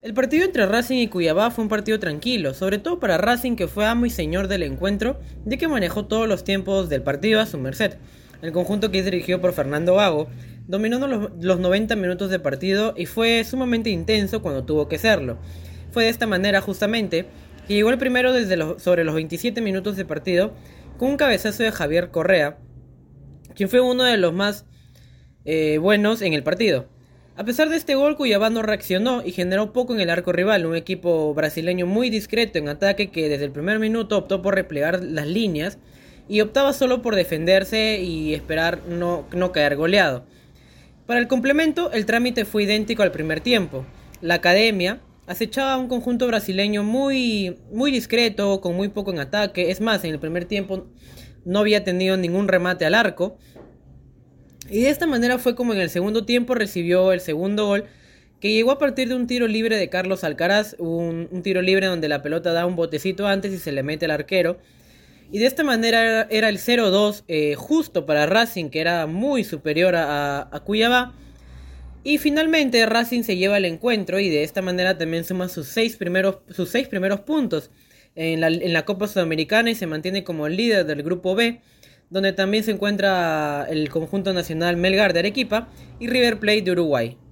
El partido entre Racing y Cuiabá fue un partido tranquilo, sobre todo para Racing, que fue amo y señor del encuentro, ya que manejó todos los tiempos del partido a su merced. El conjunto, que es dirigido por Fernando Gago, dominó los 90 minutos de partido y fue sumamente intenso cuando tuvo que serlo. Fue de esta manera justamente que llegó el primero sobre los 27 minutos de partido con un cabezazo de Javier Correa, quien fue uno de los más buenos en el partido. A pesar de este gol, Cuiabá no reaccionó y generó poco en el arco rival, un equipo brasileño muy discreto en ataque que desde el primer minuto optó por replegar las líneas y optaba solo por defenderse y esperar no caer goleado. Para el complemento, el trámite fue idéntico al primer tiempo. La academia acechaba a un conjunto brasileño muy discreto, con muy poco en ataque. Es más, en el primer tiempo no había tenido ningún remate al arco. Y de esta manera fue como en el segundo tiempo recibió el segundo gol, que llegó a partir de un tiro libre de Carlos Alcaraz, un tiro libre donde la pelota da un botecito antes y se le mete al arquero. Y de esta manera era el 0-2 justo para Racing, que era muy superior a Cuiabá. Y finalmente Racing se lleva el encuentro y de esta manera también suma sus seis primeros puntos en la Copa Sudamericana y se mantiene como líder del grupo B, donde también se encuentra el conjunto nacional Melgar de Arequipa y River Plate de Uruguay.